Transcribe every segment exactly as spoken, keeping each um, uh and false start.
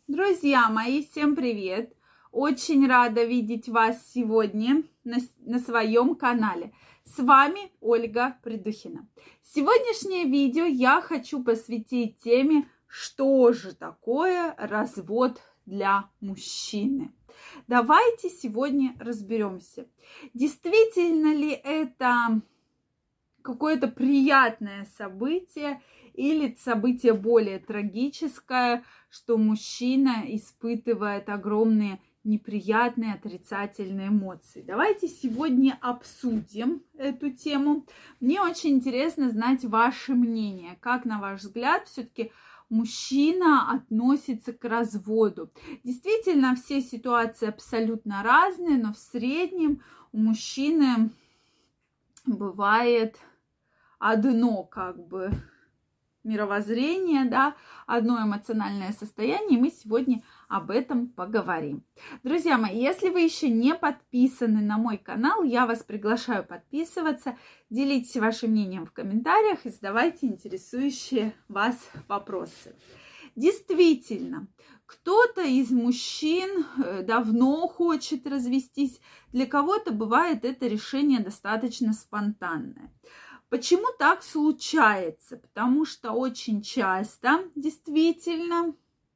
Друзья мои, всем привет! Очень рада видеть вас сегодня на, на своем канале. С вами Ольга Придухина. Сегодняшнее видео я хочу посвятить теме, что же такое развод для мужчины. Давайте сегодня разберемся, действительно ли это какое-то приятное событие или событие более трагическое, что мужчина испытывает огромные неприятные отрицательные эмоции. Давайте сегодня обсудим эту тему. Мне очень интересно знать ваше мнение. Как, на ваш взгляд, все-таки мужчина относится к разводу? Действительно, все ситуации абсолютно разные, но в среднем у мужчины бывает одно как бы мировоззрение, да, одно эмоциональное состояние, и мы сегодня об этом поговорим. Друзья мои, если вы еще не подписаны на мой канал, я вас приглашаю подписываться, делитесь вашим мнением в комментариях и задавайте интересующие вас вопросы. Действительно, кто-то из мужчин давно хочет развестись, для кого-то бывает это решение достаточно спонтанное. Почему так случается? Потому что очень часто действительно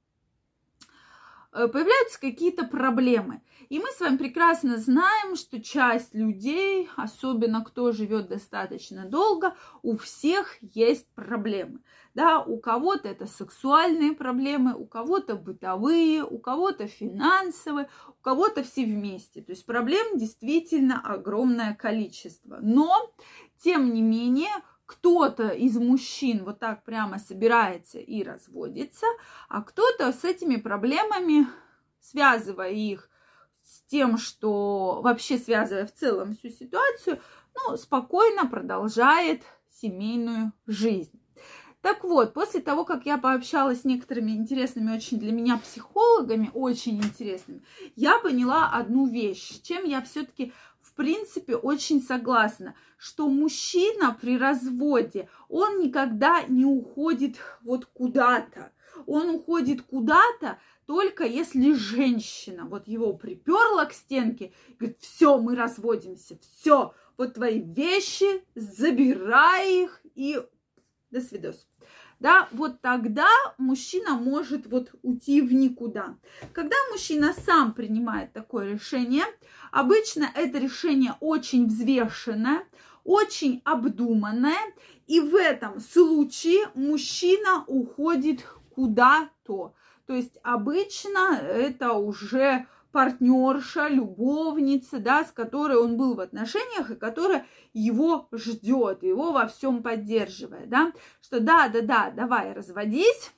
появляются какие-то проблемы. И мы с вами прекрасно знаем, что часть людей, особенно кто живет достаточно долго, у всех есть проблемы. Да, у кого-то это сексуальные проблемы, у кого-то бытовые, у кого-то финансовые, у кого-то все вместе. То есть проблем действительно огромное количество. Но, тем не менее, кто-то из мужчин вот так прямо собирается и разводится, а кто-то с этими проблемами, связывая их с тем, что вообще связывая в целом всю ситуацию, ну, спокойно продолжает семейную жизнь. Так вот, после того, как я пообщалась с некоторыми интересными очень для меня психологами, очень интересными, я поняла одну вещь, с чем я все-таки в принципе очень согласна, что мужчина при разводе, он никогда не уходит вот куда-то. Он уходит куда-то только если женщина вот его приперла к стенке и говорит: все, мы разводимся, все, вот твои вещи, забирай их и до свидос. Да, вот тогда мужчина может вот уйти в никуда. Когда мужчина сам принимает такое решение, обычно это решение очень взвешенное, очень обдуманное, и в этом случае мужчина уходит куда-то. То есть обычно это уже партнерша, любовница, да, с которой он был в отношениях и которая его ждет, его во всем поддерживает, да, что да, да, да, давай разводись,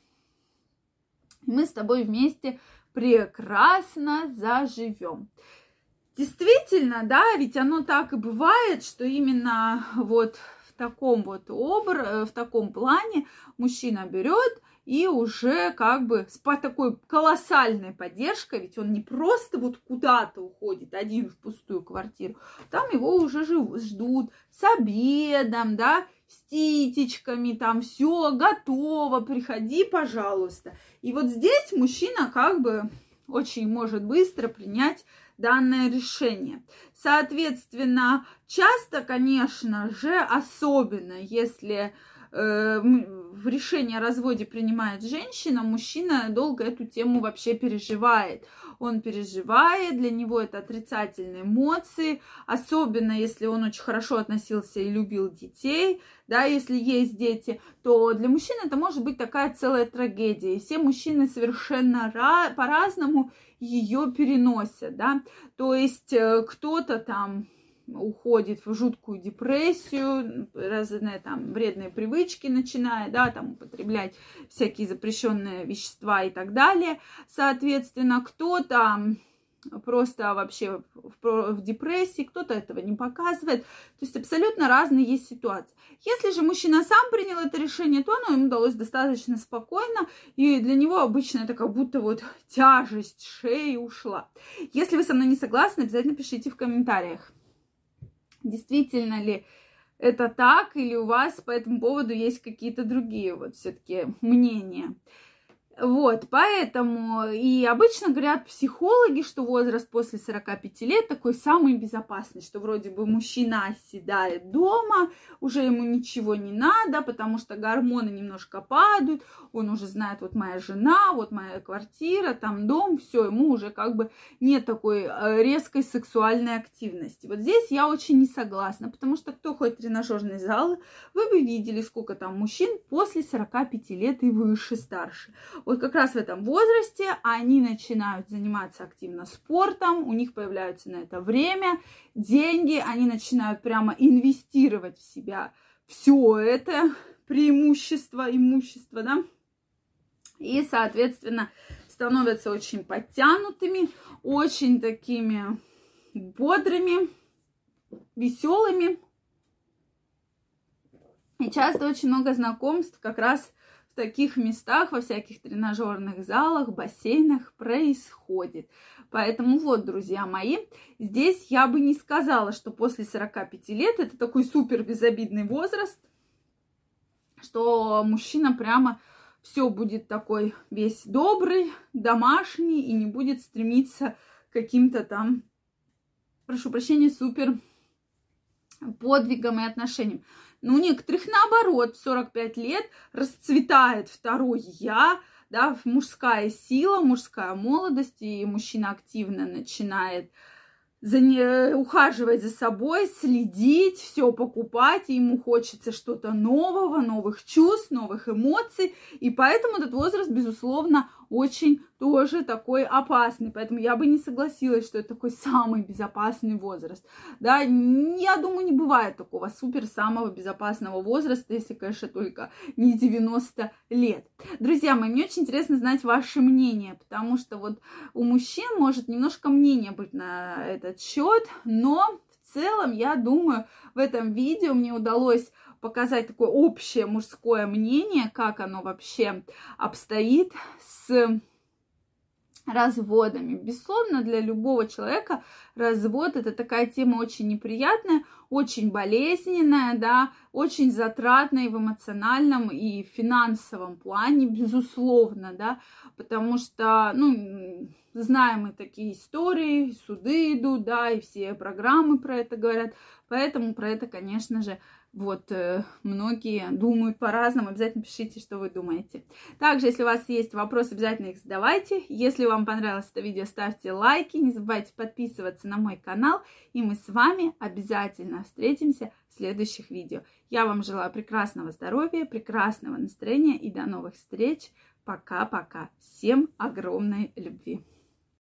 мы с тобой вместе прекрасно заживем. Действительно, да, ведь оно так и бывает, что именно вот в таком вот образе, в таком плане мужчина берет и уже как бы с такой колоссальной поддержкой, ведь он не просто вот куда-то уходит один в пустую квартиру, там его уже живут, ждут с обедом, да, с титечками, там все готово, приходи, пожалуйста. И вот здесь мужчина как бы очень может быстро принять данное решение. Соответственно, часто, конечно же, особенно если в решение о разводе принимает женщина, мужчина долго эту тему вообще переживает. Он переживает, для него это отрицательные эмоции, особенно если он очень хорошо относился и любил детей, да, если есть дети, то для мужчин это может быть такая целая трагедия. И все мужчины совершенно по-разному ее переносят, да. То есть кто-то там уходит в жуткую депрессию, разные там вредные привычки начиная, да, там употреблять всякие запрещенные вещества и так далее. Соответственно, кто-то просто вообще в, в депрессии, кто-то этого не показывает. То есть абсолютно разные есть ситуации. Если же мужчина сам принял это решение, то оно ему удалось достаточно спокойно, и для него обычно это как будто вот тяжесть шеи ушла. Если вы со мной не согласны, обязательно пишите в комментариях. Действительно ли это так, или у вас по этому поводу есть какие-то другие вот все-таки мнения. Вот, поэтому и обычно говорят психологи, что возраст после сорока пяти лет такой самый безопасный, что вроде бы мужчина оседает дома, уже ему ничего не надо, потому что гормоны немножко падают, он уже знает, вот моя жена, вот моя квартира, там дом, все, ему уже как бы нет такой резкой сексуальной активности. Вот здесь я очень не согласна, потому что кто ходит в тренажерный зал, вы бы видели, сколько там мужчин после сорока пяти лет и выше, старше. Вот как раз в этом возрасте они начинают заниматься активно спортом, у них появляется на это время, деньги, они начинают прямо инвестировать в себя все это преимущество, имущество, да, и, соответственно, становятся очень подтянутыми, очень такими бодрыми, веселыми. И часто очень много знакомств как раз в таких местах, во всяких тренажерных залах, бассейнах происходит. Поэтому вот, друзья мои, здесь я бы не сказала, что после сорока пяти лет это такой супер безобидный возраст, что мужчина прямо все будет такой весь добрый, домашний и не будет стремиться к каким-то там, прошу прощения, супер подвигам и отношениям. Но у некоторых наоборот, в сорок пять лет расцветает второе я, да, мужская сила, мужская молодость, и мужчина активно начинает за не, ухаживать за собой, следить, все покупать, и ему хочется что-то нового, новых чувств, новых эмоций, и поэтому этот возраст, безусловно, очень тоже такой опасный, поэтому я бы не согласилась, что это такой самый безопасный возраст, да, я думаю, не бывает такого супер самого безопасного возраста, если, конечно, только не девяносто лет. Друзья мои, мне очень интересно знать ваше мнение, потому что вот у мужчин может немножко мнение быть на этот счет, но в целом, я думаю, в этом видео мне удалось показать такое общее мужское мнение, как оно вообще обстоит с разводами. Безусловно, для любого человека развод — это такая тема очень неприятная, очень болезненная, да, очень затратная и в эмоциональном, и в финансовом плане, безусловно, да, потому что, ну, знаем мы такие истории, суды идут, да, и все программы про это говорят, поэтому про это, конечно же, вот, э, многие думают по-разному. Обязательно пишите, что вы думаете. Также, если у вас есть вопросы, обязательно их задавайте. Если вам понравилось это видео, ставьте лайки. Не забывайте подписываться на мой канал. И мы с вами обязательно встретимся в следующих видео. Я вам желаю прекрасного здоровья, прекрасного настроения и до новых встреч. Пока-пока. Всем огромной любви.